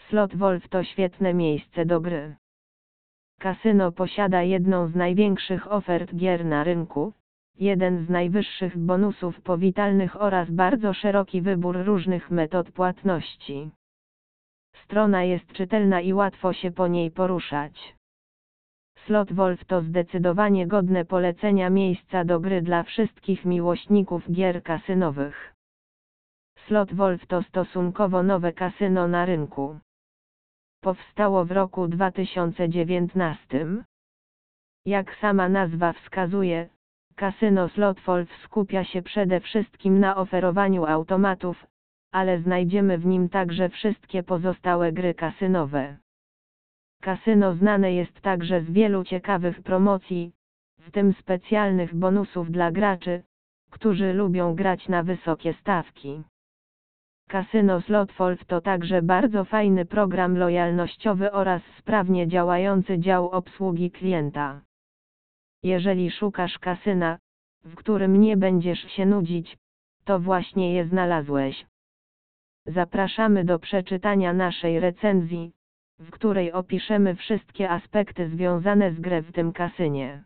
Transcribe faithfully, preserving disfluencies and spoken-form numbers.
Slot Wolf to świetne miejsce do gry. Kasyno posiada jedną z największych ofert gier na rynku, jeden z najwyższych bonusów powitalnych oraz bardzo szeroki wybór różnych metod płatności. Strona jest czytelna i łatwo się po niej poruszać. Slot Wolf to zdecydowanie godne polecenia miejsca do gry dla wszystkich miłośników gier kasynowych. Slot Wolf to stosunkowo nowe kasyno na rynku. Powstało w roku dwa tysiące dziewiętnastym. Jak sama nazwa wskazuje, kasyno Slot Wolf skupia się przede wszystkim na oferowaniu automatów, ale znajdziemy w nim także wszystkie pozostałe gry kasynowe. Kasyno znane jest także z wielu ciekawych promocji, w tym specjalnych bonusów dla graczy, którzy lubią grać na wysokie stawki. Kasyno Slot Wolf to także bardzo fajny program lojalnościowy oraz sprawnie działający dział obsługi klienta. Jeżeli szukasz kasyna, w którym nie będziesz się nudzić, to właśnie je znalazłeś. Zapraszamy do przeczytania naszej recenzji, w której opiszemy wszystkie aspekty związane z grą w tym kasynie.